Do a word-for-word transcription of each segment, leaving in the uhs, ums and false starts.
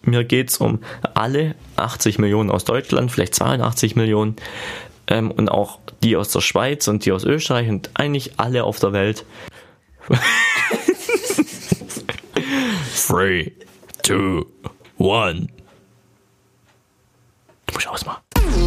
mir geht es um alle achtzig Millionen aus Deutschland, vielleicht zweiundachtzig Millionen ähm, und auch die aus der Schweiz und die aus Österreich und eigentlich alle auf der Welt. Three, two, one. Du musst ausmachen.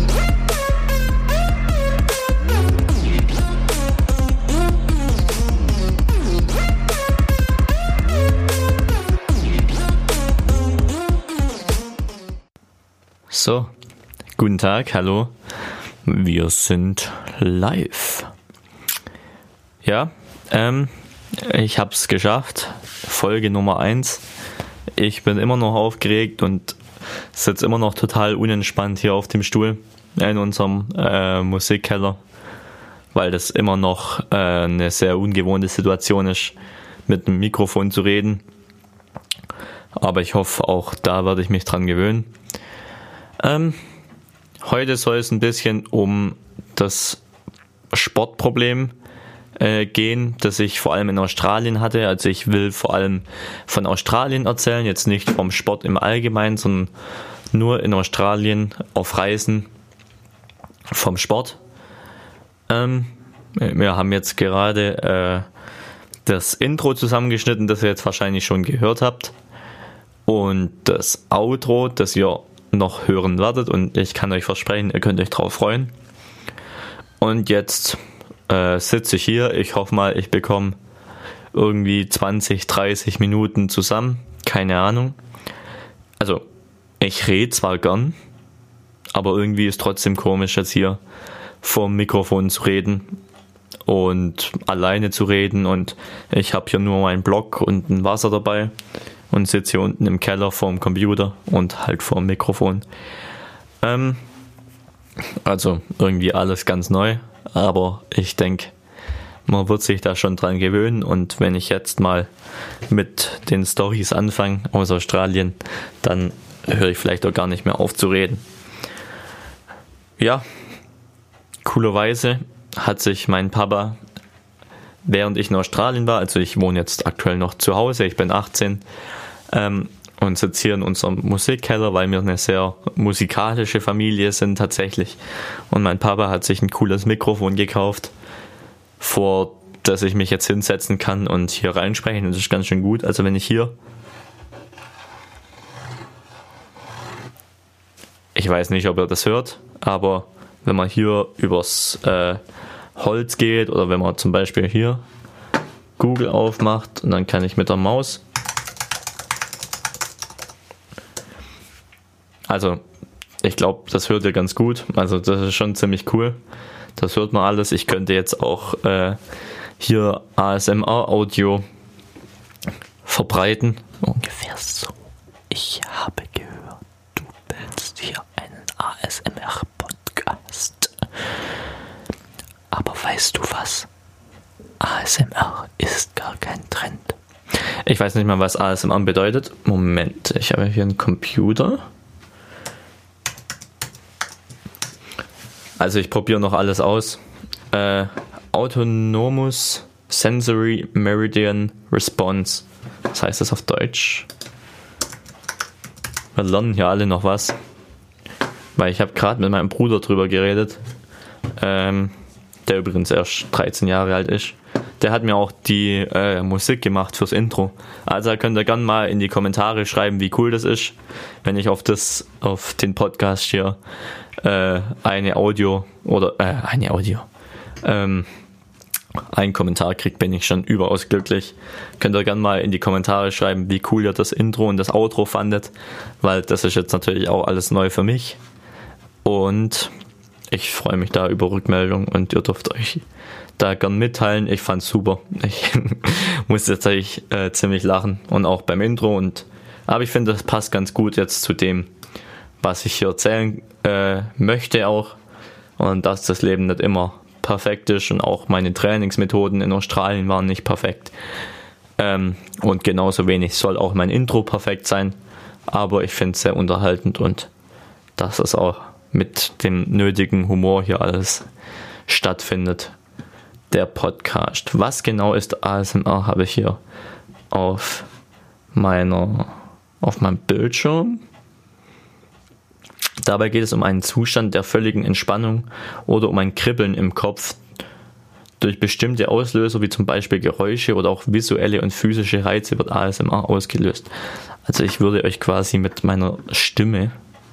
So, guten Tag, hallo. Wir sind live. Ja, ähm, ich hab's geschafft. Folge Nummer eins. Ich bin immer noch aufgeregt und sitze immer noch total unentspannt hier auf dem Stuhl in unserem äh, Musikkeller, weil das immer noch äh, eine sehr ungewohnte Situation ist, mit einem Mikrofon zu reden. Aber ich hoffe, auch da werde ich mich dran gewöhnen. Ähm, heute soll es ein bisschen um das Sportproblem äh, gehen, das ich vor allem in Australien hatte. Also ich will vor allem von Australien erzählen, jetzt nicht vom Sport im Allgemeinen, sondern nur in Australien auf Reisen vom Sport. Ähm, wir haben jetzt gerade äh, das Intro zusammengeschnitten, das ihr jetzt wahrscheinlich schon gehört habt. Und das Outro, das ihr noch hören werdet, und ich kann euch versprechen, ihr könnt euch drauf freuen. Und jetzt äh, sitze ich hier, ich hoffe mal, ich bekomme irgendwie zwanzig, dreißig Minuten zusammen, keine Ahnung. Also, ich rede zwar gern, aber irgendwie ist trotzdem komisch, jetzt hier vorm Mikrofon zu reden und alleine zu reden, und ich habe hier nur meinen Block und ein Wasser dabei und sitze hier unten im Keller vorm Computer und halt vorm Mikrofon. Ähm, also irgendwie alles ganz neu, aber ich denke, man wird sich da schon dran gewöhnen, und wenn ich jetzt mal mit den Storys anfange aus Australien, dann höre ich vielleicht auch gar nicht mehr auf zu reden. Ja, coolerweise hat sich mein Papa, während ich in Australien war, also ich wohne jetzt aktuell noch zu Hause, ich bin achtzehn, ähm, und sitze hier in unserem Musikkeller, weil wir eine sehr musikalische Familie sind tatsächlich. Und mein Papa hat sich ein cooles Mikrofon gekauft, vor das ich mich jetzt hinsetzen kann und hier reinsprechen. Das ist ganz schön gut. Also wenn ich hier, ich weiß nicht, ob ihr das hört, aber wenn man hier übers äh, Holz geht, oder wenn man zum Beispiel hier Google aufmacht, und dann kann ich mit der Maus, also ich glaube, das hört ihr ganz gut, also das ist schon ziemlich cool, das hört man alles. Ich könnte jetzt auch äh, hier A S M R-Audio verbreiten, ungefähr so. Ich habe gehört, du willst hier einen A S M R-Podcast. Aber weißt du was? A S M R ist gar kein Trend. Ich weiß nicht mal, was A S M R bedeutet. Moment, ich habe hier einen Computer. Also ich probiere noch alles aus. Äh, Autonomous Sensory Meridian Response. Was heißt das auf Deutsch? Wir lernen hier alle noch was. Weil ich habe gerade mit meinem Bruder drüber geredet. Ähm, der übrigens erst dreizehn Jahre alt ist. Der hat mir auch die äh, Musik gemacht fürs Intro. Also könnt ihr gerne mal in die Kommentare schreiben, wie cool das ist, wenn ich auf das, auf den Podcast hier äh, eine Audio oder äh, eine Audio ähm, einen Kommentar kriegt, bin ich schon überaus glücklich. Könnt ihr gerne mal in die Kommentare schreiben, wie cool ihr das Intro und das Outro fandet, weil das ist jetzt natürlich auch alles neu für mich. Und ich freue mich da über Rückmeldung, und ihr dürft euch da gern mitteilen. Ich fand's super. Ich musste tatsächlich äh, ziemlich lachen, und auch beim Intro. Und aber ich finde, das passt ganz gut jetzt zu dem, was ich hier erzählen äh, möchte auch. Und dass das Leben nicht immer perfekt ist, und auch meine Trainingsmethoden in Australien waren nicht perfekt. Ähm, und genauso wenig soll auch mein Intro perfekt sein. Aber ich finde es sehr unterhaltend, und dass es auch mit dem nötigen Humor hier alles stattfindet. Der Podcast. Was genau ist A S M R, habe ich hier auf meiner auf meinem Bildschirm. Dabei geht es um einen Zustand der völligen Entspannung oder um ein Kribbeln im Kopf durch bestimmte Auslöser, wie zum Beispiel Geräusche oder auch visuelle und physische Reize wird A S M R ausgelöst. Also ich würde euch quasi mit meiner Stimme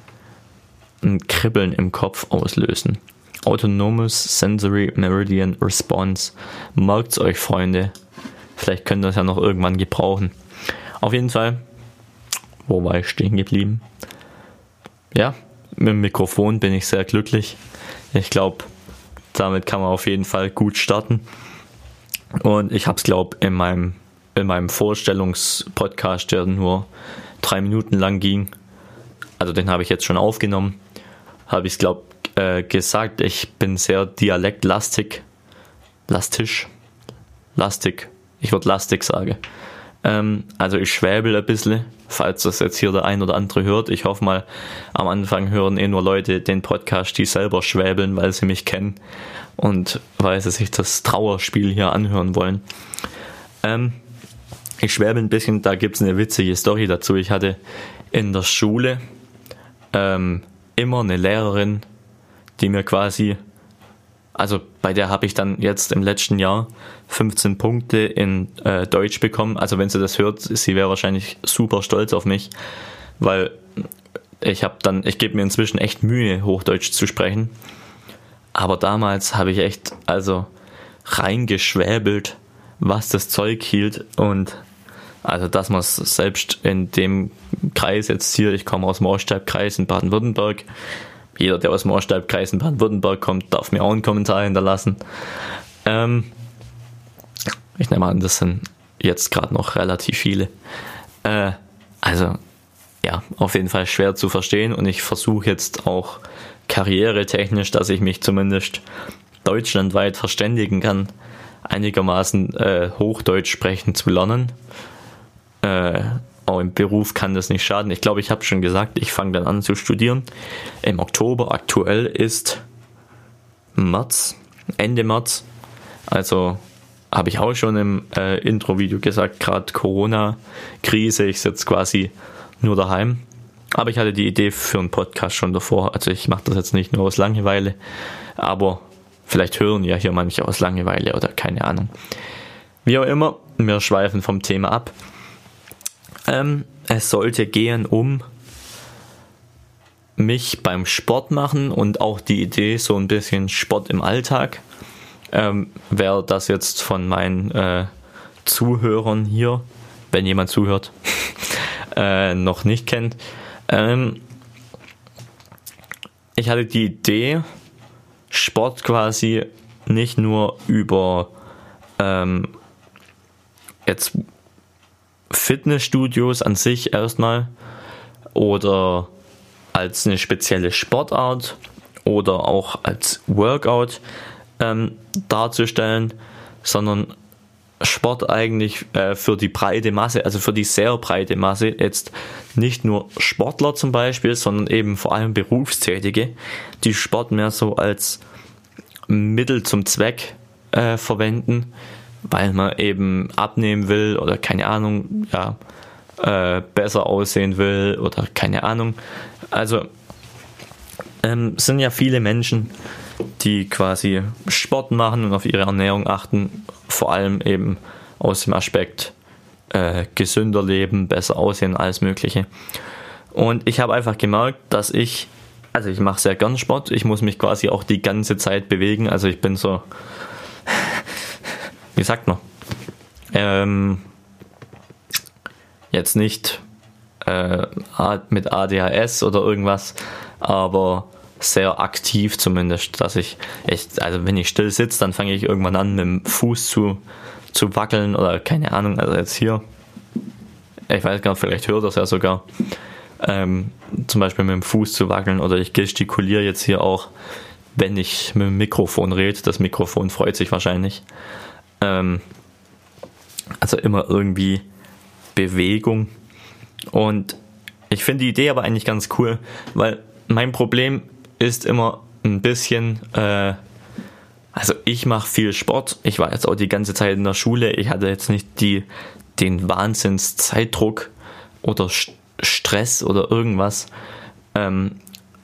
ein Kribbeln im Kopf auslösen. Autonomous Sensory Meridian Response. Merkt's euch, Freunde. Vielleicht könnt ihr es ja noch irgendwann gebrauchen. Auf jeden Fall, wo war ich stehen geblieben? Ja, mit dem Mikrofon bin ich sehr glücklich. Ich glaube, damit kann man auf jeden Fall gut starten. Und ich habe es, glaube ich, in meinem, in meinem Vorstellungspodcast, der nur drei Minuten lang ging, also den habe ich jetzt schon aufgenommen, habe ich es, glaube ich, äh, gesagt, ich bin sehr dialektlastig. Lastisch? Lastig. Ich würde lastig sagen. Ähm, also ich schwäbel ein bisschen, falls das jetzt hier der ein oder andere hört. Ich hoffe mal, am Anfang hören eh nur Leute den Podcast, die selber schwäbeln, weil sie mich kennen und weil sie sich das Trauerspiel hier anhören wollen. Ähm, ich schwäbel ein bisschen, da gibt es eine witzige Story dazu. Ich hatte in der Schule ähm, immer eine Lehrerin, die mir quasi, also bei der habe ich dann jetzt im letzten Jahr fünfzehn Punkte in äh, Deutsch bekommen. Also wenn sie das hört, sie wäre wahrscheinlich super stolz auf mich, weil ich habe dann, ich gebe mir inzwischen echt Mühe, Hochdeutsch zu sprechen. Aber damals habe ich echt also reingeschwäbelt, was das Zeug hielt. Und also dass man es selbst in dem Kreis jetzt hier, ich komme aus dem Osthalbkreis in Baden-Württemberg, jeder, der aus dem Osthalbkreis in Baden-Württemberg kommt, darf mir auch einen Kommentar hinterlassen. Ähm, ich nehme an, das sind jetzt gerade noch relativ viele. Äh, also, ja, auf jeden Fall schwer zu verstehen und ich versuche jetzt auch karrieretechnisch, dass ich mich zumindest deutschlandweit verständigen kann, einigermaßen äh, Hochdeutsch sprechen zu lernen. Äh, auch im Beruf kann das nicht schaden. Ich glaube, ich habe schon gesagt, ich fange dann an zu studieren. Im Oktober, aktuell ist März, Ende März. Also habe ich auch schon im äh, Intro-Video gesagt, gerade Corona-Krise, ich sitze quasi nur daheim. Aber ich hatte die Idee für einen Podcast schon davor. Also ich mache das jetzt nicht nur aus Langeweile, aber vielleicht hören ja hier manche aus Langeweile oder keine Ahnung. Wie auch immer, wir schweifen vom Thema ab. Ähm, es sollte gehen um mich beim Sport machen und auch die Idee, so ein bisschen Sport im Alltag. Ähm, wer das jetzt von meinen äh, Zuhörern hier, wenn jemand zuhört, äh, noch nicht kennt. Ähm, ich hatte die Idee, Sport quasi nicht nur über ähm, jetzt Fitnessstudios an sich erstmal oder als eine spezielle Sportart oder auch als Workout ähm, darzustellen, sondern Sport eigentlich äh, für die breite Masse, also für die sehr breite Masse, jetzt nicht nur Sportler zum Beispiel, sondern eben vor allem Berufstätige, die Sport mehr so als Mittel zum Zweck äh, verwenden, weil man eben abnehmen will oder keine Ahnung, ja, äh, besser aussehen will oder keine Ahnung. Also ähm, sind ja viele Menschen, die quasi Sport machen und auf ihre Ernährung achten, vor allem eben aus dem Aspekt äh, gesünder leben, besser aussehen, alles Mögliche. Und ich habe einfach gemerkt, dass ich, also ich mache sehr gern Sport, ich muss mich quasi auch die ganze Zeit bewegen, also ich bin so, wie sagt man, ähm, jetzt nicht äh, mit A D H S oder irgendwas, aber sehr aktiv zumindest, dass ich echt, also wenn ich still sitze, dann fange ich irgendwann an mit dem Fuß zu, zu wackeln oder keine Ahnung, also jetzt hier, ich weiß gar nicht, vielleicht hört das ja sogar, ähm, zum Beispiel mit dem Fuß zu wackeln oder ich gestikuliere jetzt hier auch, wenn ich mit dem Mikrofon rede, das Mikrofon freut sich wahrscheinlich, ähm, also immer irgendwie Bewegung und ich finde die Idee aber eigentlich ganz cool, weil mein Problem ist immer ein bisschen, äh, also ich mache viel Sport, ich war jetzt auch die ganze Zeit in der Schule, ich hatte jetzt nicht die, den Wahnsinns Zeitdruck oder St- Stress oder irgendwas, ähm,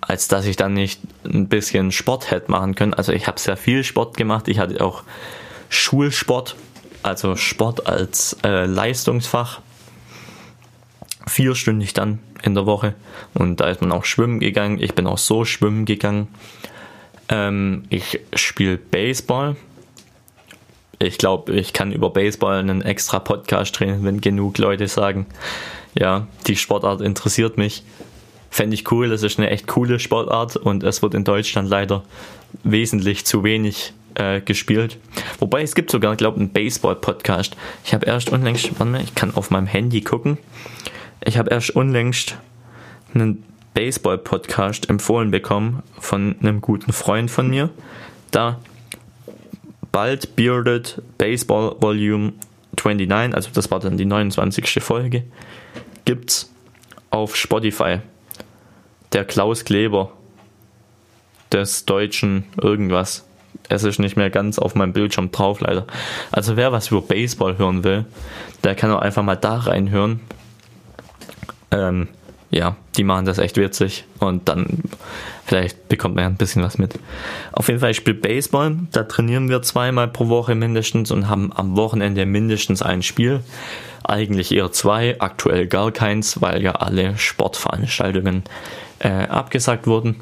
als dass ich dann nicht ein bisschen Sport hätte machen können. Also ich habe sehr viel Sport gemacht. Ich hatte auch Schulsport, also Sport als äh, Leistungsfach. Vierstündig dann in der Woche. Und da ist man auch schwimmen gegangen. Ich bin auch so schwimmen gegangen. Ähm, ich spiele Baseball. Ich glaube, ich kann über Baseball einen extra Podcast drehen, wenn genug Leute sagen, ja, die Sportart interessiert mich. Fände ich cool, das ist eine echt coole Sportart und es wird in Deutschland leider wesentlich zu wenig äh, gespielt. Wobei es gibt sogar, glaube ich, einen Baseball-Podcast. Ich habe erst unlängst, warte mal, ich kann auf meinem Handy gucken. Ich habe erst unlängst einen Baseball-Podcast empfohlen bekommen von einem guten Freund von mir. Da Bald Bearded Baseball Volume neunundzwanzig, also das war dann die neunundzwanzigste Folge, gibt's auf Spotify. Der Klaus Kleber des deutschen irgendwas. Es ist nicht mehr ganz auf meinem Bildschirm drauf, leider. Also wer was über Baseball hören will, der kann auch einfach mal da reinhören. Ähm, ja, die machen das echt witzig und dann vielleicht bekommt man ja ein bisschen was mit. Auf jeden Fall, ich spiele Baseball, da trainieren wir zweimal pro Woche mindestens und haben am Wochenende mindestens ein Spiel. Eigentlich eher zwei, aktuell gar keins, weil ja alle Sportveranstaltungen äh, abgesagt wurden.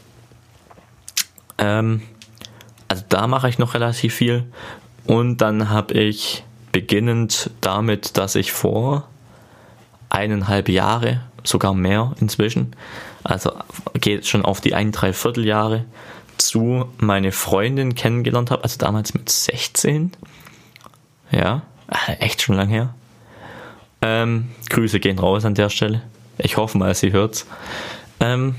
Ähm, also da mache ich noch relativ viel und dann habe ich beginnend damit, dass ich vor eineinhalb Jahre, sogar mehr inzwischen, also geht schon auf die ein, dreiviertel Jahre zu, meine Freundin kennengelernt habe, also damals mit sechzehn, ja, echt schon lang her. Ähm, Grüße gehen raus an der Stelle. Ich hoffe mal, sie hört's. Ähm,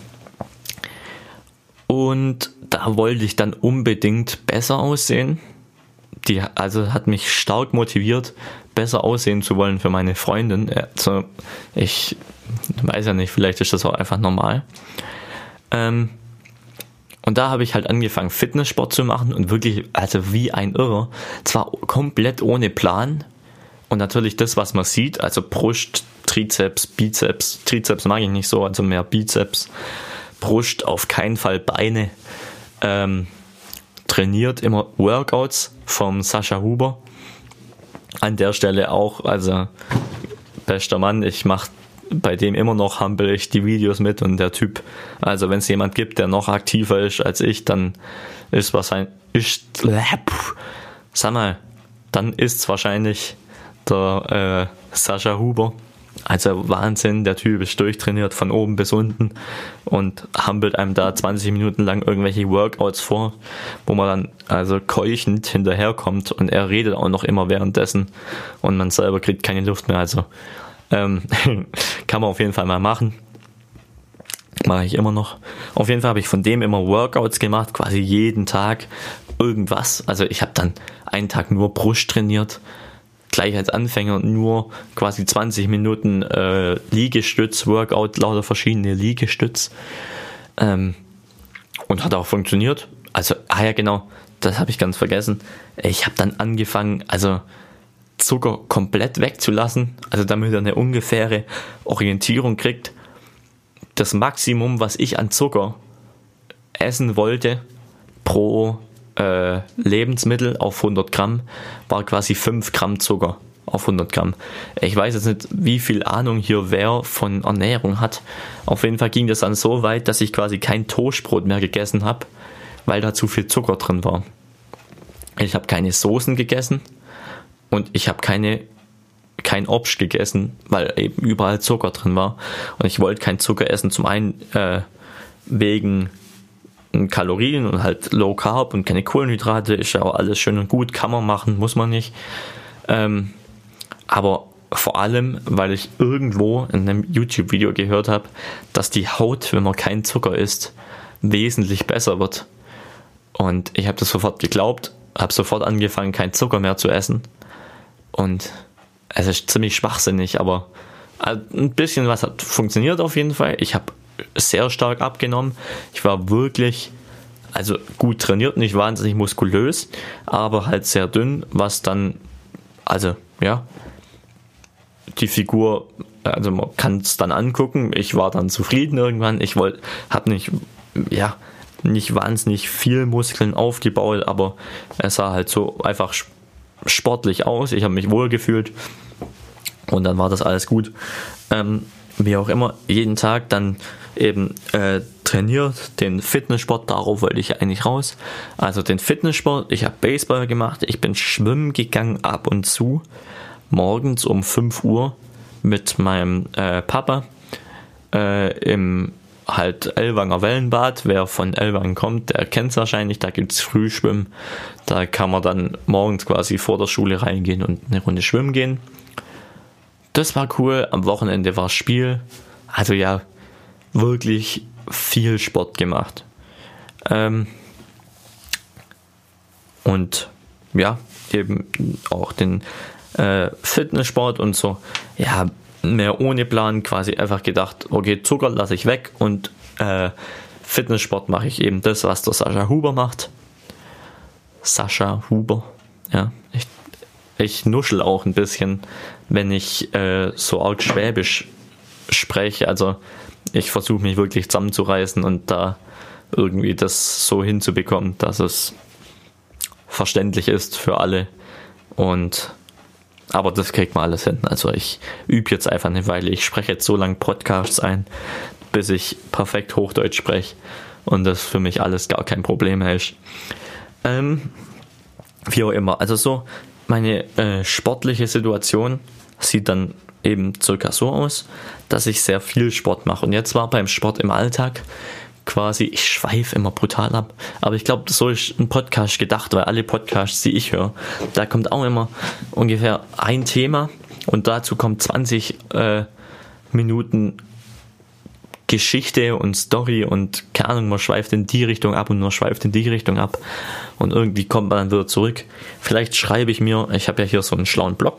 und da wollte ich dann unbedingt besser aussehen. Die also hat mich stark motiviert, besser aussehen zu wollen für meine Freundin. Also ich weiß ja nicht, vielleicht ist das auch einfach normal. Ähm, und da habe ich halt angefangen, Fitnesssport zu machen und wirklich, also wie ein Irrer, zwar komplett ohne Plan und natürlich das, was man sieht, also Brust, Trizeps, Bizeps, Trizeps mag ich nicht so, also mehr Bizeps, Brust, auf keinen Fall Beine, ähm, trainiert immer Workouts vom Sascha Huber. An der Stelle auch, also bester Mann, ich mache bei dem immer noch, hampel ich die Videos mit und der Typ, also wenn es jemand gibt, der noch aktiver ist als ich, dann ist wahrscheinlich, ist, sag mal, dann ist es wahrscheinlich der äh, Sascha Huber. Also Wahnsinn, der Typ ist durchtrainiert von oben bis unten und hampelt einem da zwanzig Minuten lang irgendwelche Workouts vor, wo man dann also keuchend hinterherkommt und er redet auch noch immer währenddessen und man selber kriegt keine Luft mehr. Also ähm, kann man auf jeden Fall mal machen. Mache ich immer noch. Auf jeden Fall habe ich von dem immer Workouts gemacht, quasi jeden Tag irgendwas. Also ich habe dann einen Tag nur Brust trainiert, gleich als Anfänger nur quasi zwanzig Minuten äh, Liegestütz-Workout, lauter verschiedene Liegestütz. Ähm, und hat auch funktioniert. Also, ah ja genau, das habe ich ganz vergessen. Ich habe dann angefangen, also Zucker komplett wegzulassen, also damit er eine ungefähre Orientierung kriegt. Das Maximum, was ich an Zucker essen wollte pro Äh, Lebensmittel auf hundert Gramm, war quasi fünf Gramm Zucker auf hundert Gramm. Ich weiß jetzt nicht, wie viel Ahnung hier wer von Ernährung hat. Auf jeden Fall ging das dann so weit, dass ich quasi kein Toastbrot mehr gegessen habe, weil da zu viel Zucker drin war. Ich habe keine Soßen gegessen und ich habe keine kein Obst gegessen, weil eben überall Zucker drin war. Und ich wollte kein Zucker essen, zum einen äh, wegen Kalorien und halt Low Carb und keine Kohlenhydrate, ist ja auch alles schön und gut, kann man machen, muss man nicht. Ähm, aber vor allem, weil ich irgendwo in einem YouTube-Video gehört habe, dass die Haut, wenn man keinen Zucker isst, wesentlich besser wird. Und ich habe das sofort geglaubt, habe sofort angefangen, keinen Zucker mehr zu essen. Und es ist ziemlich schwachsinnig, aber ein bisschen was hat funktioniert auf jeden Fall. Ich habe sehr stark abgenommen. Ich war wirklich, also gut trainiert, nicht wahnsinnig muskulös, aber halt sehr dünn, was dann, also ja, die Figur also man kann es dann angucken. Ich war dann zufrieden irgendwann. Ich wollte, habe nicht, ja, nicht wahnsinnig viel Muskeln aufgebaut, aber es sah halt so einfach sportlich aus. Ich habe mich wohl gefühlt und dann war das alles gut. Ähm, wie auch immer, jeden Tag dann eben äh, trainiert, den Fitnesssport, darauf wollte ich eigentlich raus. Also den Fitnesssport, ich habe Baseball gemacht, ich bin schwimmen gegangen ab und zu, morgens um fünf Uhr mit meinem äh, Papa äh, im halt Ellwanger Wellenbad. Wer von Ellwangen kommt, der kennt es wahrscheinlich, da gibt es Frühschwimmen. Da kann man dann morgens quasi vor der Schule reingehen und eine Runde schwimmen gehen. Das war cool, am Wochenende war Spiel. Also ja, wirklich viel Sport gemacht. Ähm und ja, eben auch den äh, Fitnesssport und so. Ja, mehr ohne Plan, quasi einfach gedacht, okay, Zucker lasse ich weg und äh, Fitnesssport mache ich eben das, was der Sascha Huber macht. Sascha Huber, ja, ich, ich nuschel auch ein bisschen, wenn ich äh, so arg Schwäbisch spreche, also ich versuche mich wirklich zusammenzureißen und da irgendwie das so hinzubekommen, dass es verständlich ist für alle und aber das kriegt man alles hin. Also ich übe jetzt einfach eine Weile. Ich spreche jetzt so lange Podcasts ein, bis ich perfekt Hochdeutsch spreche und das für mich alles gar kein Problem ist. Ähm, wie auch immer. Also so meine äh, sportliche Situation sieht dann eben circa so aus, dass ich sehr viel Sport mache. Und jetzt war beim Sport im Alltag quasi, ich schweife immer brutal ab, aber ich glaube, so ist ein Podcast gedacht, weil alle Podcasts, die ich höre, da kommt auch immer ungefähr ein Thema und dazu kommt zwanzig äh, Minuten Geschichte und Story und keine Ahnung, man schweift in die Richtung ab und man schweift in die Richtung ab und irgendwie kommt man dann wieder zurück. Vielleicht schreibe ich mir, ich habe ja hier so einen schlauen Blog,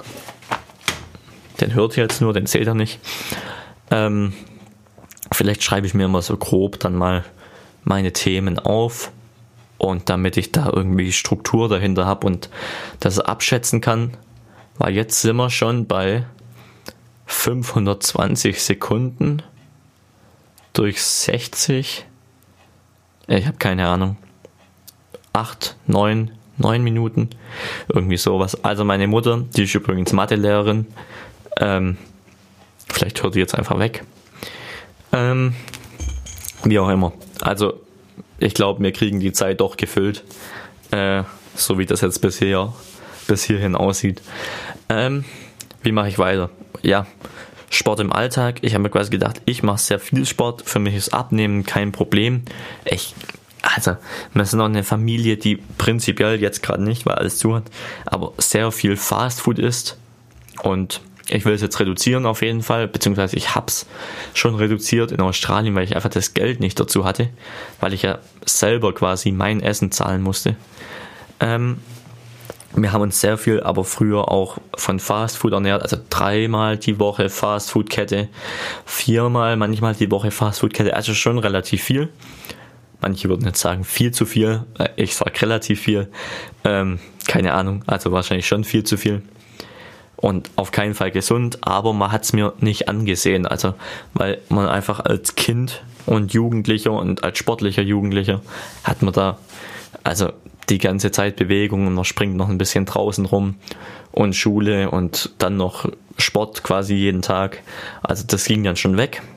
den hört ihr jetzt nur, den seht ihr nicht. Ähm, vielleicht schreibe ich mir mal so grob dann mal meine Themen auf und damit ich da irgendwie Struktur dahinter habe und das abschätzen kann, weil jetzt sind wir schon bei fünfhundertzwanzig Sekunden durch sechzig, ich habe keine Ahnung, acht, neun, neun Minuten, irgendwie sowas. Also meine Mutter, die ist übrigens Mathelehrerin, ähm, vielleicht hört die jetzt einfach weg. Ähm, wie auch immer. Also ich glaube, wir kriegen die Zeit doch gefüllt, äh, so wie das jetzt bis, hier, bis hierhin aussieht. Ähm, wie mache ich weiter? Ja, Sport im Alltag. Ich habe mir quasi gedacht, ich mache sehr viel Sport. Für mich ist Abnehmen kein Problem. Ich, also, wir sind auch eine Familie, die prinzipiell jetzt gerade nicht, weil alles zu hat, aber sehr viel Fastfood isst. Und ich will es jetzt reduzieren auf jeden Fall, beziehungsweise ich habe es schon reduziert in Australien, weil ich einfach das Geld nicht dazu hatte, weil ich ja selber quasi mein Essen zahlen musste. Ähm, wir haben uns sehr viel, aber früher auch von Fastfood ernährt, also dreimal die Woche Fastfood-Kette, viermal manchmal die Woche Fastfood-Kette, also schon relativ viel. Manche würden jetzt sagen, viel zu viel, ich sage relativ viel, ähm, keine Ahnung, also wahrscheinlich schon viel zu viel. Und auf keinen Fall gesund, aber man hat es mir nicht angesehen, also weil man einfach als Kind und Jugendlicher und als sportlicher Jugendlicher hat man da also die ganze Zeit Bewegung und man springt noch ein bisschen draußen rum und Schule und dann noch Sport quasi jeden Tag, also das ging dann schon weg.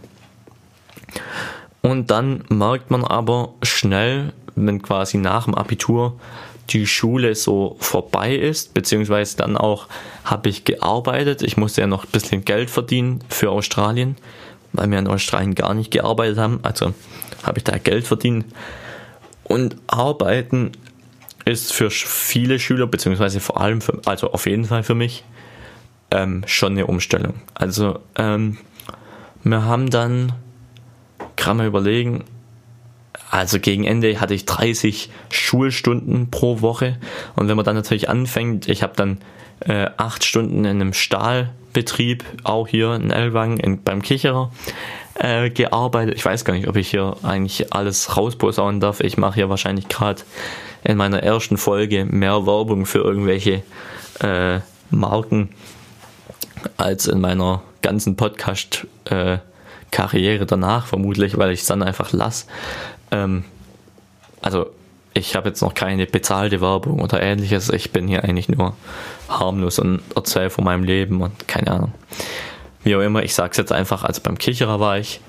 Und dann merkt man aber schnell, wenn quasi nach dem Abitur die Schule so vorbei ist, beziehungsweise dann auch habe ich gearbeitet. Ich musste ja noch ein bisschen Geld verdienen für Australien, weil wir in Australien gar nicht gearbeitet haben. Also habe ich da Geld verdient. Und Arbeiten ist für viele Schüler, beziehungsweise vor allem, für, also auf jeden Fall für mich, ähm, schon eine Umstellung. Also ähm, wir haben dann, kann man überlegen, also gegen Ende hatte ich dreißig Schulstunden pro Woche und wenn man dann natürlich anfängt, ich habe dann äh, acht Stunden in einem Stahlbetrieb, auch hier in Ellwangen in, beim Kicherer äh, gearbeitet. Ich weiß gar nicht, ob ich hier eigentlich alles rausposaunen darf. Ich mache hier wahrscheinlich gerade in meiner ersten Folge mehr Werbung für irgendwelche äh, Marken als in meiner ganzen Podcast-Karriere äh, danach vermutlich, weil ich es dann einfach lasse. Ähm, also ich habe jetzt noch keine bezahlte Werbung oder ähnliches. Ich bin hier eigentlich nur harmlos und erzähle von meinem Leben und keine Ahnung. Wie auch immer, ich sage es jetzt einfach, also beim Kicherer war ich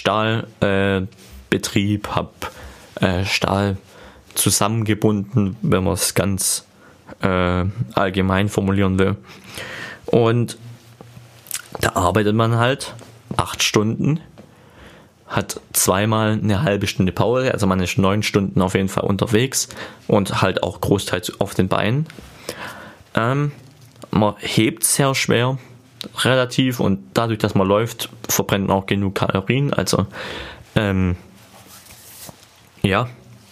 Stahlbetrieb, äh, habe äh, Stahl zusammengebunden, wenn man es ganz äh, allgemein formulieren will. Und da arbeitet man halt acht Stunden, hat zweimal eine halbe Stunde Pause, also man ist neun Stunden auf jeden Fall unterwegs und halt auch großteils auf den Beinen. Ähm, man hebt sehr schwer, relativ, und dadurch, dass man läuft, verbrennt man auch genug Kalorien, also ähm, ja,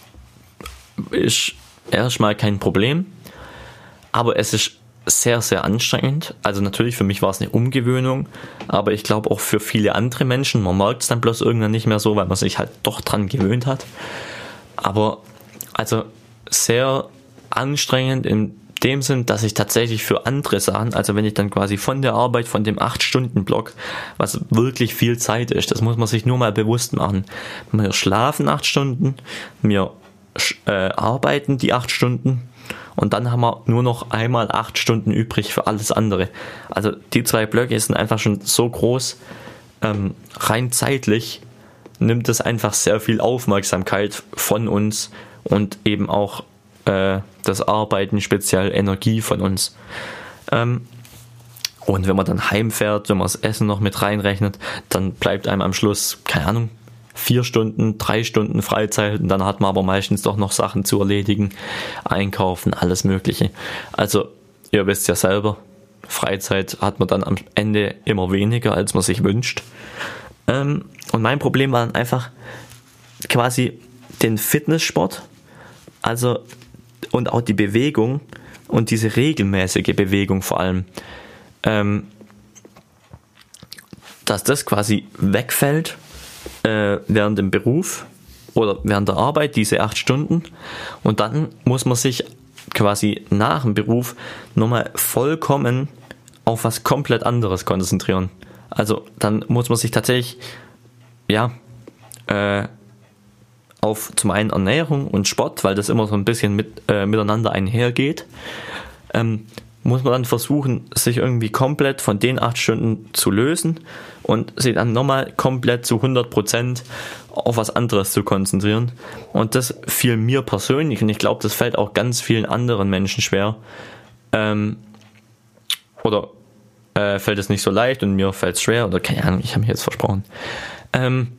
ist erstmal kein Problem, aber es ist sehr, sehr anstrengend. Also natürlich für mich war es eine Umgewöhnung, aber ich glaube auch für viele andere Menschen, man merkt es dann bloß irgendwann nicht mehr so, weil man sich halt doch dran gewöhnt hat. Aber also sehr anstrengend in dem Sinn, dass ich tatsächlich für andere Sachen, also wenn ich dann quasi von der Arbeit, von dem acht Stunden Block, was wirklich viel Zeit ist, das muss man sich nur mal bewusst machen. Wir schlafen acht Stunden, wir äh, arbeiten die acht Stunden, und dann haben wir nur noch einmal acht Stunden übrig für alles andere. Also die zwei Blöcke sind einfach schon so groß. Ähm, rein zeitlich nimmt es einfach sehr viel Aufmerksamkeit von uns und eben auch äh, das Arbeiten, speziell Energie von uns. Ähm, und wenn man dann heimfährt, wenn man das Essen noch mit reinrechnet, dann bleibt einem am Schluss, keine Ahnung, vier Stunden, drei Stunden Freizeit, und dann hat man aber meistens doch noch Sachen zu erledigen, einkaufen, alles Mögliche. Also ihr wisst ja selber, Freizeit hat man dann am Ende immer weniger, als man sich wünscht. Ähm, und mein Problem war dann einfach quasi den Fitnesssport, also und auch die Bewegung und diese regelmäßige Bewegung vor allem, ähm, dass das quasi wegfällt während dem Beruf oder während der Arbeit, diese acht Stunden, und dann muss man sich quasi nach dem Beruf nochmal vollkommen auf was komplett anderes konzentrieren. Also dann muss man sich tatsächlich ja äh, auf zum einen Ernährung und Sport, weil das immer so ein bisschen mit, äh, miteinander einhergeht, ähm, muss man dann versuchen, sich irgendwie komplett von den acht Stunden zu lösen und sich dann nochmal komplett zu hundert Prozent auf was anderes zu konzentrieren. Und das fiel mir persönlich, und ich glaube, das fällt auch ganz vielen anderen Menschen schwer, ähm, oder äh, fällt es nicht so leicht und mir fällt es schwer, oder keine Ahnung, ich habe mich jetzt versprochen. Ähm,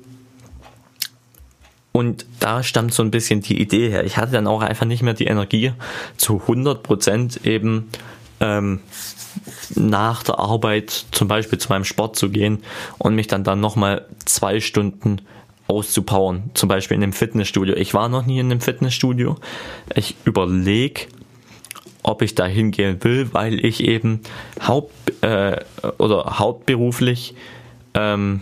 und da stammt so ein bisschen die Idee her. Ich hatte dann auch einfach nicht mehr die Energie, zu hundert Prozent eben Ähm, nach der Arbeit zum Beispiel zu meinem Sport zu gehen und mich dann dann nochmal zwei Stunden auszupowern, zum Beispiel in einem Fitnessstudio. Ich war noch nie in einem Fitnessstudio. Ich überlege, ob ich da hingehen will, weil ich eben haupt, äh, oder hauptberuflich ähm,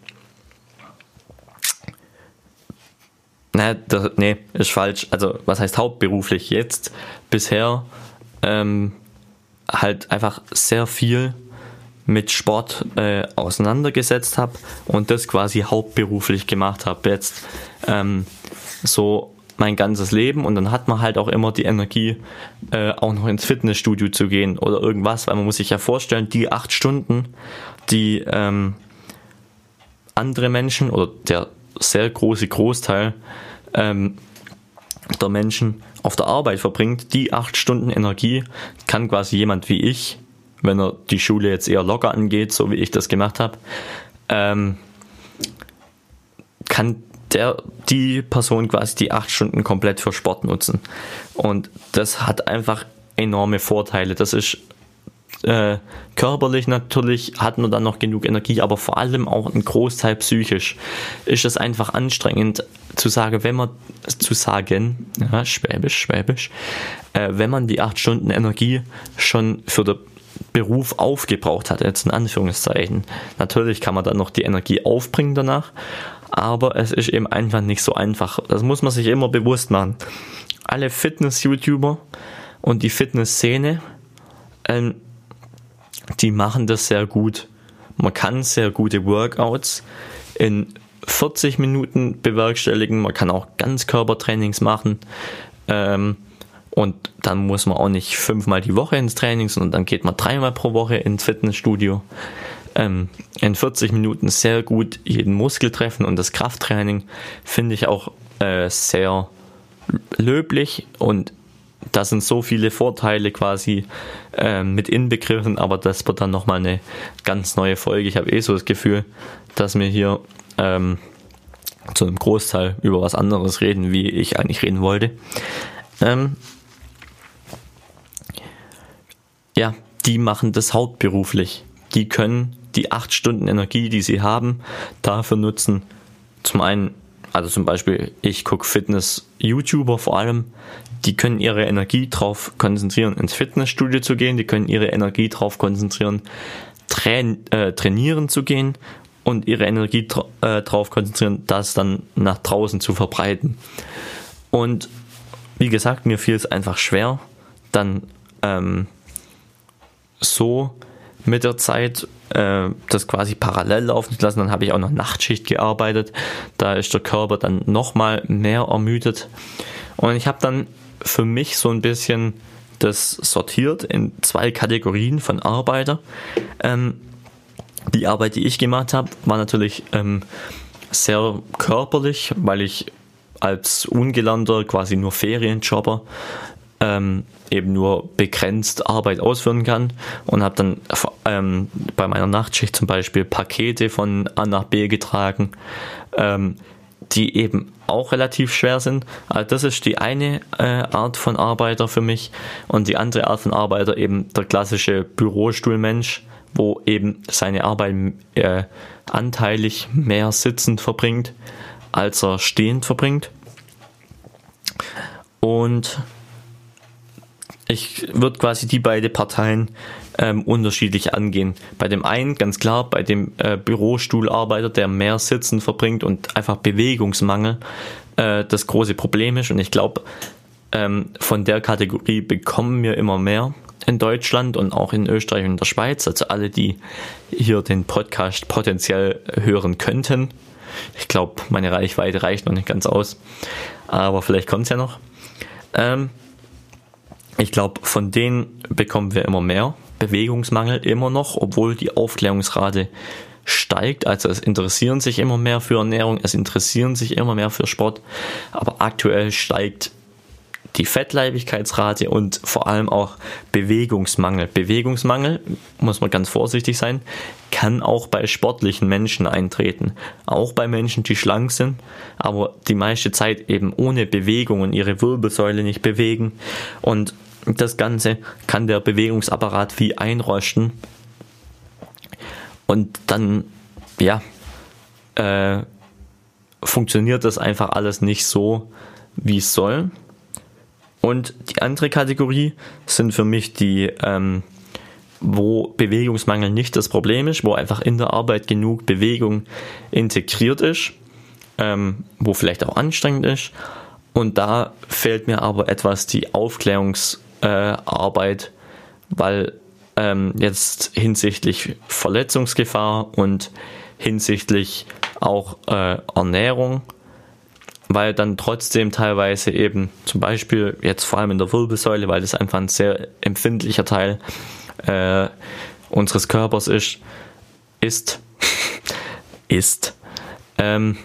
ne, das, nee, ist falsch. Also was heißt hauptberuflich? Jetzt bisher ähm, halt einfach sehr viel mit Sport äh, auseinandergesetzt habe und das quasi hauptberuflich gemacht habe jetzt ähm, so mein ganzes Leben, und dann hat man halt auch immer die Energie, äh, auch noch ins Fitnessstudio zu gehen oder irgendwas, weil man muss sich ja vorstellen, die acht Stunden, die ähm, andere Menschen oder der sehr große Großteil ähm, der Menschen auf der Arbeit verbringt, die acht Stunden Energie kann quasi jemand wie ich, wenn er die Schule jetzt eher locker angeht, so wie ich das gemacht habe, ähm, kann der, die Person quasi die acht Stunden komplett für Sport nutzen. Und das hat einfach enorme Vorteile. Das ist äh, körperlich natürlich, hat man dann noch genug Energie, aber vor allem auch ein Großteil psychisch ist es einfach anstrengend zu sagen, wenn man zu sagen, ja, schwäbisch, schwäbisch, äh, wenn man die acht Stunden Energie schon für den Beruf aufgebraucht hat, jetzt in Anführungszeichen. Natürlich kann man dann noch die Energie aufbringen danach, aber es ist eben einfach nicht so einfach. Das muss man sich immer bewusst machen. Alle Fitness-YouTuber und die Fitnessszene, ähm, die machen das sehr gut man kann sehr gute Workouts in vierzig Minuten bewerkstelligen, man kann auch Ganzkörpertrainings machen, ähm, und dann muss man auch nicht fünfmal die Woche ins Training, sondern dann geht man dreimal pro Woche ins Fitnessstudio. Ähm, in vierzig Minuten sehr gut jeden Muskel treffen, und das Krafttraining finde ich auch äh, sehr löblich, und da sind so viele Vorteile quasi äh, mit inbegriffen, aber das wird dann nochmal eine ganz neue Folge. Ich habe eh so das Gefühl, dass wir hier ähm, zu einem Großteil über was anderes reden, wie ich eigentlich reden wollte. Ähm, ja, die machen das hauptberuflich. Die können die acht Stunden Energie, die sie haben, dafür nutzen. Zum einen, also zum Beispiel, ich gucke Fitness-YouTuber vor allem, die können ihre Energie drauf konzentrieren, ins Fitnessstudio zu gehen, die können ihre Energie drauf konzentrieren, train, äh, trainieren zu gehen, und ihre Energie dra- äh, drauf konzentrieren, das dann nach draußen zu verbreiten. Und wie gesagt, mir fiel es einfach schwer, dann ähm, so mit der Zeit äh, das quasi parallel laufen zu lassen. Dann habe ich auch noch Nachtschicht gearbeitet, da ist der Körper dann nochmal mehr ermüdet, und ich habe dann für mich so ein bisschen das sortiert in zwei Kategorien von Arbeiter. Ähm, die Arbeit, die ich gemacht habe, war natürlich ähm, sehr körperlich, weil ich als ungelernter, quasi nur Ferienjobber, ähm, eben nur begrenzt Arbeit ausführen kann, und habe dann ähm, bei meiner Nachtschicht zum Beispiel Pakete von A nach B getragen, ähm, die eben auch relativ schwer sind. Also das ist die eine äh, Art von Arbeiter für mich, und die andere Art von Arbeiter eben der klassische Bürostuhlmensch, wo eben seine Arbeit äh, anteilig mehr sitzend verbringt, als er stehend verbringt. Und ich würde quasi die beiden Parteien ähm, unterschiedlich angehen. Bei dem einen ganz klar, bei dem äh, Bürostuhlarbeiter, der mehr Sitzen verbringt und einfach Bewegungsmangel äh, das große Problem ist. Und ich glaube, ähm, von der Kategorie bekommen wir immer mehr in Deutschland und auch in Österreich und der Schweiz. Also alle, die hier den Podcast potenziell hören könnten. Ich glaube, meine Reichweite reicht noch nicht ganz aus, aber vielleicht kommt es ja noch. Ähm, Ich glaube, von denen bekommen wir immer mehr. Bewegungsmangel immer noch, obwohl die Aufklärungsrate steigt. Also es interessieren sich immer mehr für Ernährung, es interessieren sich immer mehr für Sport. Aber aktuell steigt die Fettleibigkeitsrate und vor allem auch Bewegungsmangel. Bewegungsmangel, muss man ganz vorsichtig sein, kann auch bei sportlichen Menschen eintreten. Auch bei Menschen, die schlank sind, aber die meiste Zeit eben ohne Bewegung und ihre Wirbelsäule nicht bewegen. Und das Ganze kann der Bewegungsapparat wie einrosten. Und dann, ja, äh, funktioniert das einfach alles nicht so, wie es soll. Und die andere Kategorie sind für mich die, ähm, wo Bewegungsmangel nicht das Problem ist, wo einfach in der Arbeit genug Bewegung integriert ist, ähm, wo vielleicht auch anstrengend ist. Und da fehlt mir aber etwas die Aufklärungsarbeit, äh, weil ähm, jetzt hinsichtlich Verletzungsgefahr und hinsichtlich auch äh, Ernährung, weil dann trotzdem teilweise eben zum Beispiel jetzt vor allem in der Wirbelsäule, weil das einfach ein sehr empfindlicher Teil äh, unseres Körpers ist, ist, ist, ähm,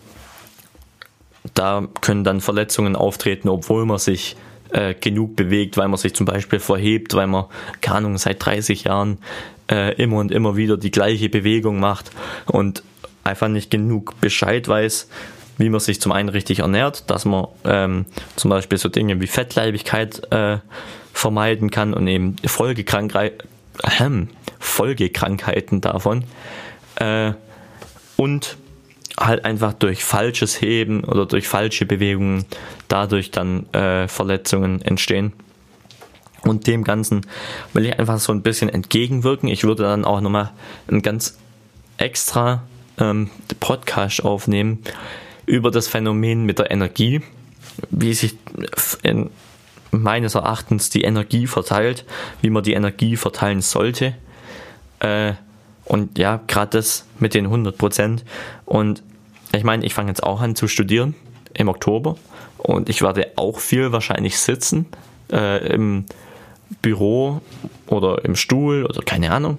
da können dann Verletzungen auftreten, obwohl man sich äh, genug bewegt, weil man sich zum Beispiel verhebt, weil man, keine Ahnung, seit dreißig Jahren äh, immer und immer wieder die gleiche Bewegung macht und einfach nicht genug Bescheid weiß, wie man sich zum einen richtig ernährt, dass man ähm, zum Beispiel so Dinge wie Fettleibigkeit äh, vermeiden kann und eben Folgekrankheit, äh, Folgekrankheiten davon äh, und halt einfach durch falsches Heben oder durch falsche Bewegungen dadurch dann äh, Verletzungen entstehen. Und dem Ganzen will ich einfach so ein bisschen entgegenwirken. Ich würde dann auch nochmal einen ganz extra ähm, Podcast aufnehmen über das Phänomen mit der Energie, wie sich in meines Erachtens die Energie verteilt, wie man die Energie verteilen sollte. Äh, Und ja, gerade das mit den hundert Prozent. Und ich meine, ich fange jetzt auch an zu studieren im Oktober. Und ich werde auch viel wahrscheinlich sitzen äh, im Büro oder im Stuhl oder keine Ahnung.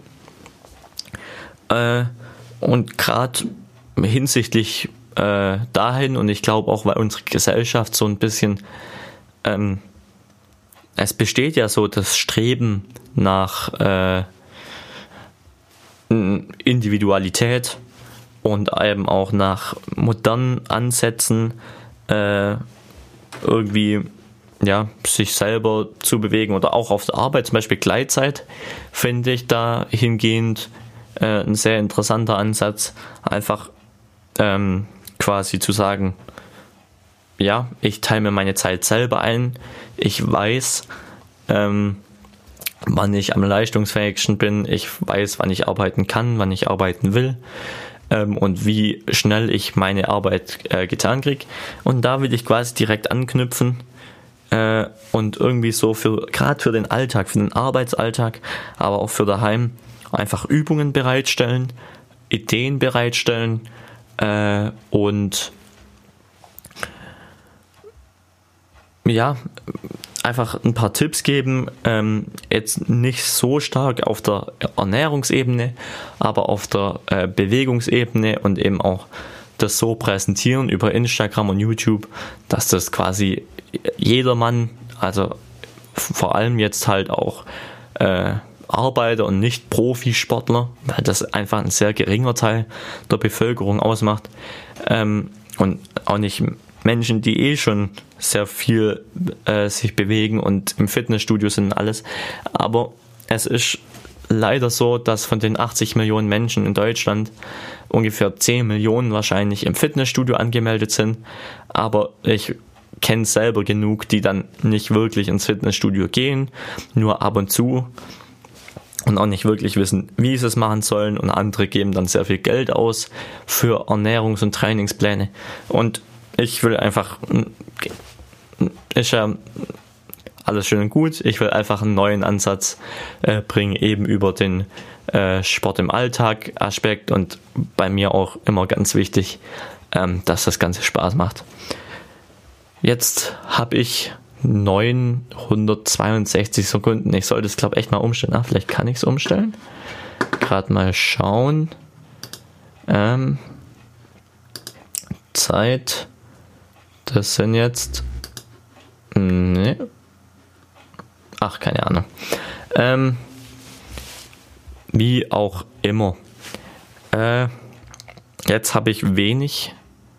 Äh, und gerade hinsichtlich äh, dahin, und ich glaube auch, weil unsere Gesellschaft so ein bisschen, ähm, es besteht ja so das Streben nach äh, Individualität und eben auch nach modernen Ansätzen, äh, irgendwie ja, sich selber zu bewegen, oder auch auf der Arbeit, zum Beispiel Gleitzeit, finde ich dahingehend äh, ein sehr interessanter Ansatz, einfach ähm, quasi zu sagen, ja, ich teile mir meine Zeit selber ein, ich weiß, ähm, wann ich am leistungsfähigsten bin, ich weiß, wann ich arbeiten kann, wann ich arbeiten will, ähm, und wie schnell ich meine Arbeit äh, getan kriege. Und da will ich quasi direkt anknüpfen äh, und irgendwie so für, gerade für den Alltag, für den Arbeitsalltag, aber auch für daheim, einfach Übungen bereitstellen, Ideen bereitstellen äh, und ja, einfach ein paar Tipps geben, ähm, jetzt nicht so stark auf der Ernährungsebene, aber auf der äh, Bewegungsebene, und eben auch das so präsentieren über Instagram und YouTube, dass das quasi jedermann, also vor allem jetzt halt auch äh, Arbeiter und nicht Profisportler, weil das einfach ein sehr geringer Teil der Bevölkerung ausmacht, ähm, und auch nicht Menschen, die eh schon sehr viel äh, sich bewegen und im Fitnessstudio sind und alles. Aber es ist leider so, dass von den achtzig Millionen Menschen in Deutschland ungefähr zehn Millionen wahrscheinlich im Fitnessstudio angemeldet sind. Aber ich kenne selber genug, die dann nicht wirklich ins Fitnessstudio gehen, nur ab und zu, und auch nicht wirklich wissen, wie sie es machen sollen. Und andere geben dann sehr viel Geld aus für Ernährungs- und Trainingspläne. Und ich will einfach, ist ja alles schön und gut, ich will einfach einen neuen Ansatz äh, bringen, eben über den äh, Sport im Alltag Aspekt, und bei mir auch immer ganz wichtig, ähm, dass das Ganze Spaß macht. Jetzt habe ich neunhundertzweiundsechzig Sekunden, ich sollte es glaube ich echt mal umstellen, ah, vielleicht kann ich es umstellen, gerade mal schauen, ähm, Zeit, das sind jetzt, ne, ach, keine Ahnung. Ähm, wie auch immer. Äh, jetzt habe ich wenig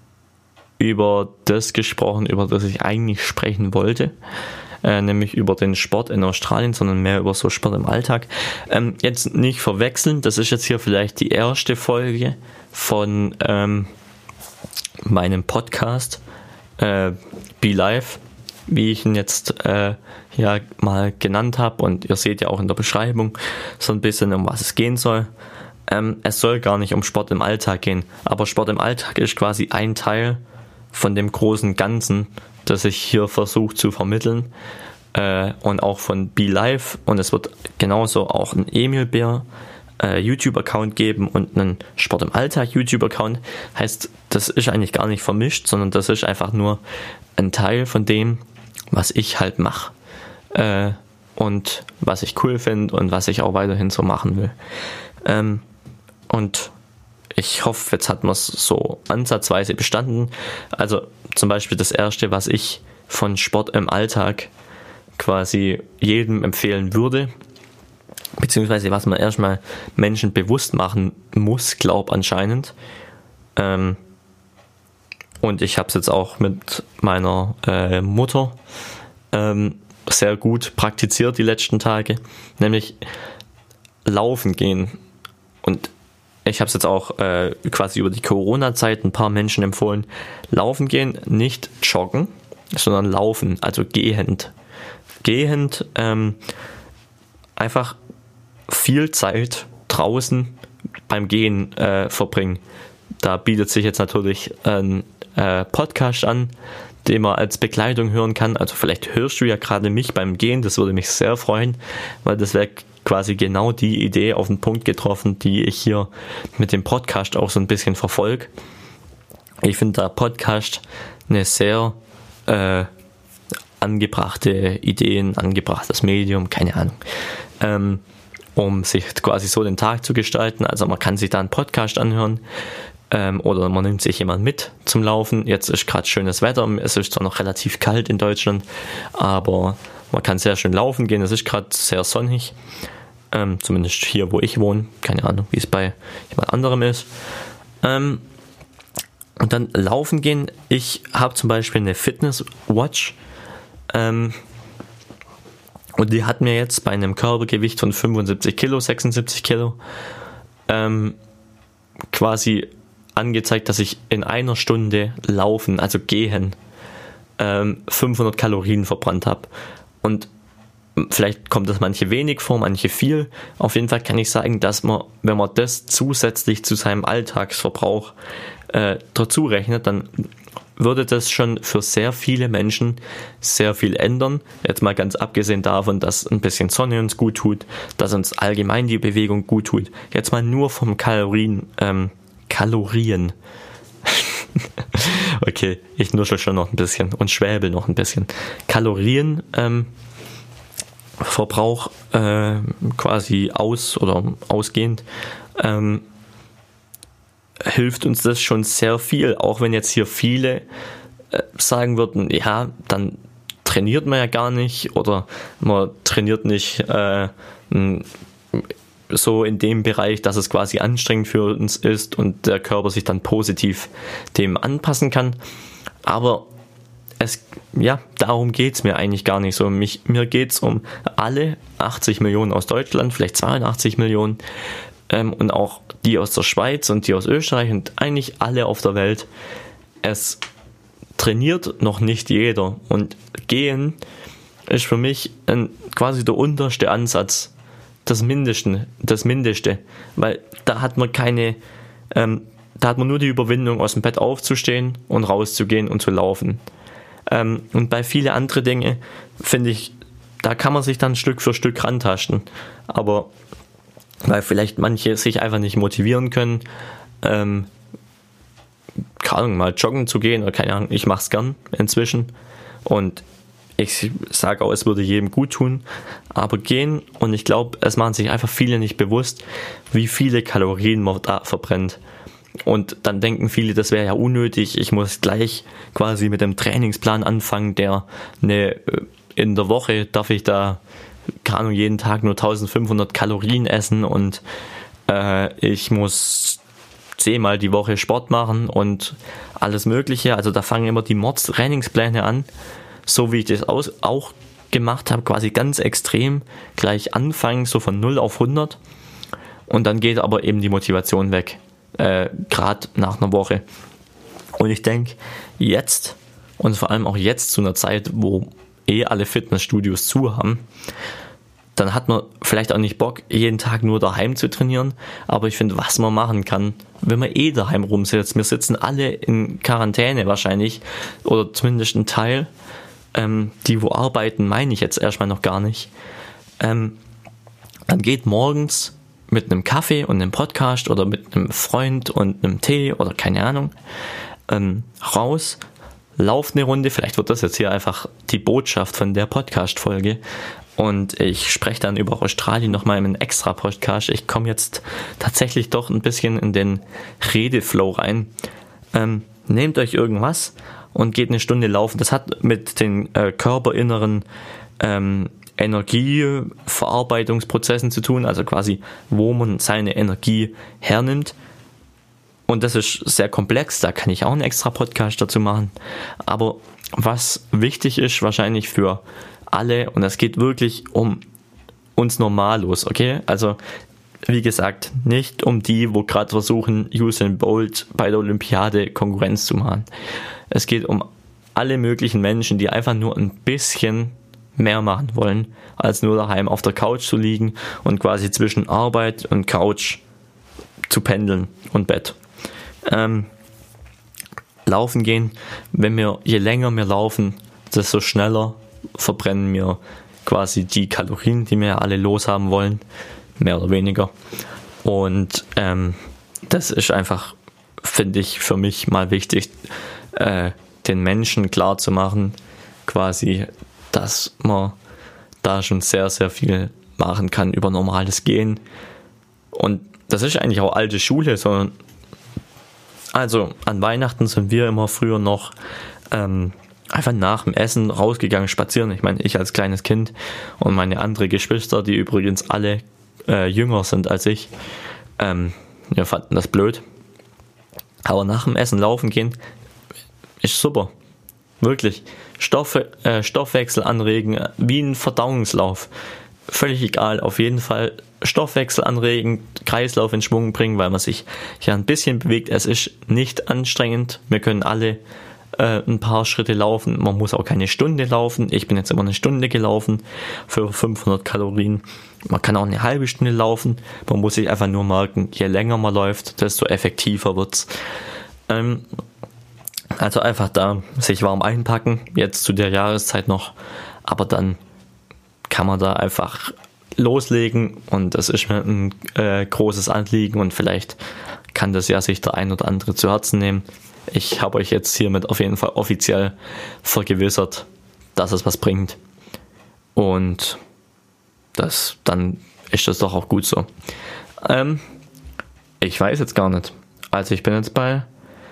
über das gesprochen, über das ich eigentlich sprechen wollte. Äh, nämlich über den Sport in Australien, sondern mehr über so Sport im Alltag. Ähm, jetzt nicht verwechseln, das ist jetzt hier vielleicht die erste Folge von ähm, meinem Podcast äh, Be Live, wie ich ihn jetzt äh, ja mal genannt habe, und ihr seht ja auch in der Beschreibung so ein bisschen, um was es gehen soll. Ähm, es soll gar nicht um Sport im Alltag gehen, aber Sport im Alltag ist quasi ein Teil von dem großen Ganzen, das ich hier versuche zu vermitteln, äh, und auch von Be Live, und es wird genauso auch ein Emil Bär äh, YouTube-Account geben und einen Sport im Alltag YouTube-Account. Heißt, das ist eigentlich gar nicht vermischt, sondern das ist einfach nur ein Teil von dem, was ich halt mache äh, und was ich cool finde und was ich auch weiterhin so machen will. Ähm, und ich hoffe, jetzt hat man es so ansatzweise bestanden. Also zum Beispiel das erste, was ich von Sport im Alltag quasi jedem empfehlen würde, beziehungsweise was man erstmal Menschen bewusst machen muss, glaub anscheinend. Ähm, und ich habe es jetzt auch mit meiner äh, Mutter ähm, sehr gut praktiziert die letzten Tage, nämlich laufen gehen. Und ich habe es jetzt auch äh, quasi über die Corona-Zeit ein paar Menschen empfohlen. Laufen gehen, nicht joggen, sondern laufen, also gehend. Gehend, ähm, einfach viel Zeit draußen beim Gehen äh, verbringen. Da bietet sich jetzt natürlich ein äh, Podcast an, den man als Begleitung hören kann. Also vielleicht hörst du ja gerade mich beim Gehen, das würde mich sehr freuen, weil das wäre quasi genau die Idee auf den Punkt getroffen, die ich hier mit dem Podcast auch so ein bisschen verfolge. Ich finde der Podcast eine sehr äh, angebrachte Idee, ein angebrachtes Medium, keine Ahnung, ähm, um sich quasi so den Tag zu gestalten. Also man kann sich da einen Podcast anhören ähm, oder man nimmt sich jemand mit zum Laufen. Jetzt ist gerade schönes Wetter, es ist zwar noch relativ kalt in Deutschland, aber man kann sehr schön laufen gehen, es ist gerade sehr sonnig, ähm, zumindest hier, wo ich wohne, keine Ahnung, wie es bei jemand anderem ist. Ähm, Und dann laufen gehen. Ich habe zum Beispiel eine Fitness-Watch ähm, und die hat mir jetzt bei einem Körpergewicht von fünfundsiebzig Kilo, sechsundsiebzig Kilo ähm, quasi angezeigt, dass ich in einer Stunde laufen, also gehen, ähm, fünfhundert Kalorien verbrannt habe. Und vielleicht kommt das manche wenig vor, manche viel. Auf jeden Fall kann ich sagen, dass man, wenn man das zusätzlich zu seinem Alltagsverbrauch äh, dazu rechnet, dann würde das schon für sehr viele Menschen sehr viel ändern. Jetzt mal ganz abgesehen davon, dass ein bisschen Sonne uns gut tut, dass uns allgemein die Bewegung gut tut. Jetzt mal nur vom Kalorien, ähm, Kalorien. Okay, ich nuschel schon noch ein bisschen und schwäbel noch ein bisschen. Kalorien, ähm, Verbrauch äh, quasi aus oder ausgehend, ähm, hilft uns das schon sehr viel, auch wenn jetzt hier viele äh, sagen würden, ja, dann trainiert man ja gar nicht oder man trainiert nicht äh, so in dem Bereich, dass es quasi anstrengend für uns ist und der Körper sich dann positiv dem anpassen kann. Aber es, ja, darum geht es mir eigentlich gar nicht so. Mich, mir geht es um alle achtzig Millionen aus Deutschland, vielleicht zweiundachtzig Millionen ähm, und auch die aus der Schweiz und die aus Österreich und eigentlich alle auf der Welt. Es trainiert noch nicht jeder und Gehen ist für mich ein, quasi der unterste Ansatz, das Mindeste, das Mindeste, weil da hat man keine, ähm, da hat man nur die Überwindung, aus dem Bett aufzustehen und rauszugehen und zu laufen. Ähm, und bei viele andere Dinge, finde ich, da kann man sich dann Stück für Stück rantasten. Aber weil vielleicht manche sich einfach nicht motivieren können, ähm, keine Ahnung, mal joggen zu gehen oder keine Ahnung, ich mache es gern inzwischen und ich sage auch, es würde jedem gut tun, aber gehen, und ich glaube, es machen sich einfach viele nicht bewusst, wie viele Kalorien man da verbrennt. Und dann denken viele, das wäre ja unnötig, ich muss gleich quasi mit dem Trainingsplan anfangen, der eine, in der Woche darf ich da, keine Ahnung, jeden Tag nur eintausendfünfhundert Kalorien essen und äh, ich muss zehnmal die Woche Sport machen und alles Mögliche. Also da fangen immer die Mords-Trainingspläne an, so wie ich das aus, auch gemacht habe, quasi ganz extrem, gleich anfangen, so von null auf hundert, und dann geht aber eben die Motivation weg. Äh, gerade nach einer Woche. Und ich denke, jetzt und vor allem auch jetzt zu einer Zeit, wo eh alle Fitnessstudios zu haben, dann hat man vielleicht auch nicht Bock, jeden Tag nur daheim zu trainieren, aber ich finde, was man machen kann, wenn man eh daheim rumsitzt, wir sitzen alle in Quarantäne wahrscheinlich, oder zumindest ein Teil, ähm, die wo arbeiten, meine ich jetzt erstmal noch gar nicht, ähm, dann geht morgens mit einem Kaffee und einem Podcast oder mit einem Freund und einem Tee oder keine Ahnung, ähm, raus, lauft eine Runde, vielleicht wird das jetzt hier einfach die Botschaft von der Podcast-Folge und ich spreche dann über Australien nochmal in einem extra Podcast. Ich komme jetzt tatsächlich doch ein bisschen in den Redeflow rein. Ähm, nehmt euch irgendwas und geht eine Stunde laufen. Das hat mit den äh, körperinneren ähm, Energieverarbeitungsprozessen zu tun, also quasi, wo man seine Energie hernimmt. Und das ist sehr komplex, da kann ich auch einen extra Podcast dazu machen. Aber was wichtig ist, wahrscheinlich für alle, und es geht wirklich um uns Normalos, okay? Also, wie gesagt, nicht um die, wo gerade versuchen, Usain Bolt bei der Olympiade Konkurrenz zu machen. Es geht um alle möglichen Menschen, die einfach nur ein bisschen mehr machen wollen, als nur daheim auf der Couch zu liegen und quasi zwischen Arbeit und Couch zu pendeln und Bett. Ähm, laufen gehen, wenn wir, je länger wir laufen, desto schneller verbrennen wir quasi die Kalorien, die wir alle loshaben wollen, mehr oder weniger. Und ähm, das ist einfach, finde ich, für mich mal wichtig, äh, den Menschen klar zu machen, quasi, dass man da schon sehr, sehr viel machen kann über normales Gehen. Und das ist eigentlich auch alte Schule, so. Also an Weihnachten sind wir immer früher noch ähm, einfach nach dem Essen rausgegangen spazieren. Ich meine, ich als kleines Kind und meine anderen Geschwister, die übrigens alle äh, jünger sind als ich, ähm, wir fanden das blöd. Aber nach dem Essen laufen gehen ist super. Wirklich. Stoffe, äh, Stoffwechsel anregen, wie ein Verdauungslauf. Völlig egal, auf jeden Fall Stoffwechsel anregen, Kreislauf in Schwung bringen, weil man sich ja ein bisschen bewegt. Es ist nicht anstrengend. Wir können alle äh, ein paar Schritte laufen. Man muss auch keine Stunde laufen. Ich bin jetzt immer eine Stunde gelaufen für fünfhundert Kalorien. Man kann auch eine halbe Stunde laufen. Man muss sich einfach nur merken, je länger man läuft, desto effektiver wird's. Ähm, also einfach da sich warm einpacken, jetzt zu der Jahreszeit noch, aber dann kann man da einfach loslegen und das ist mir ein äh, großes Anliegen und vielleicht kann das ja sich der ein oder andere zu Herzen nehmen. Ich habe euch jetzt hiermit auf jeden Fall offiziell vergewissert, dass es was bringt und das, dann ist das doch auch gut so. Ähm, ich weiß jetzt gar nicht. Also ich bin jetzt bei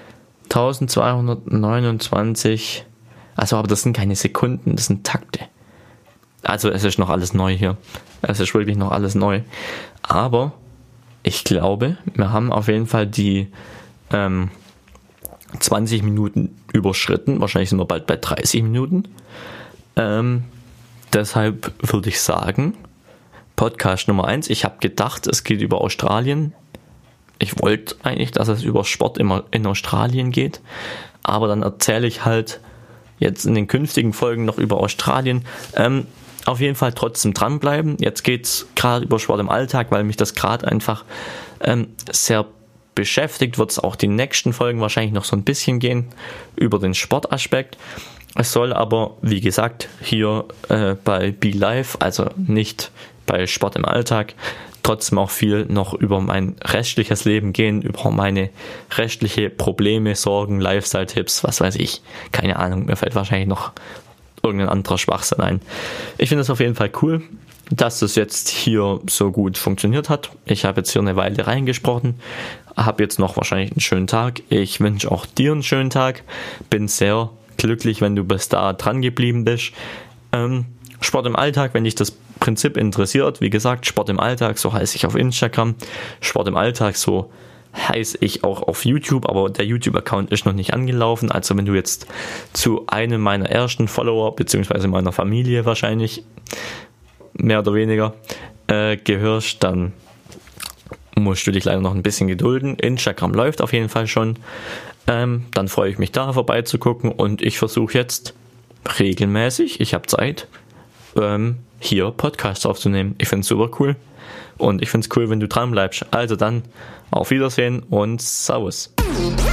eintausendzweihundertneunundzwanzig, also aber das sind keine Sekunden, das sind Takte. Also es ist noch alles neu hier. Es ist wirklich noch alles neu. Aber ich glaube, wir haben auf jeden Fall die ähm, zwanzig Minuten überschritten. Wahrscheinlich sind wir bald bei dreißig Minuten. Ähm, deshalb würde ich sagen, Podcast Nummer eins. Ich habe gedacht, es geht über Australien. Ich wollte eigentlich, dass es über Sport immer in Australien geht. Aber dann erzähle ich halt jetzt in den künftigen Folgen noch über Australien. Ähm, auf jeden Fall trotzdem dranbleiben. Jetzt geht's gerade über Sport im Alltag, weil mich das gerade einfach ähm, sehr beschäftigt. Wird es auch die nächsten Folgen wahrscheinlich noch so ein bisschen gehen über den Sportaspekt. Es soll aber, wie gesagt, hier äh, bei Be Live, also nicht bei Sport im Alltag, trotzdem auch viel noch über mein restliches Leben gehen, über meine restliche Probleme, Sorgen, Lifestyle-Tipps, was weiß ich. Keine Ahnung, mir fällt wahrscheinlich noch irgendein anderer Schwachsinn ein. Ich finde es auf jeden Fall cool, dass das jetzt hier so gut funktioniert hat. Ich habe jetzt hier eine Weile reingesprochen, habe jetzt noch wahrscheinlich einen schönen Tag. Ich wünsche auch dir einen schönen Tag. Bin sehr glücklich, wenn du bis da dran geblieben bist. Ähm, Sport im Alltag, wenn dich das Prinzip interessiert, wie gesagt, Sport im Alltag, so heiße ich auf Instagram. Sport im Alltag, so heiße ich auch auf YouTube, aber der YouTube-Account ist noch nicht angelaufen. Also wenn du jetzt zu einem meiner ersten Follower, beziehungsweise meiner Familie wahrscheinlich, mehr oder weniger, äh, gehörst, dann musst du dich leider noch ein bisschen gedulden. Instagram läuft auf jeden Fall schon. Ähm, dann freue ich mich da vorbeizugucken und ich versuche jetzt regelmäßig, ich habe Zeit, ähm, hier Podcasts aufzunehmen. Ich finde es super cool und ich finde es cool, wenn du dran bleibst. Also dann, auf Wiedersehen und Servus.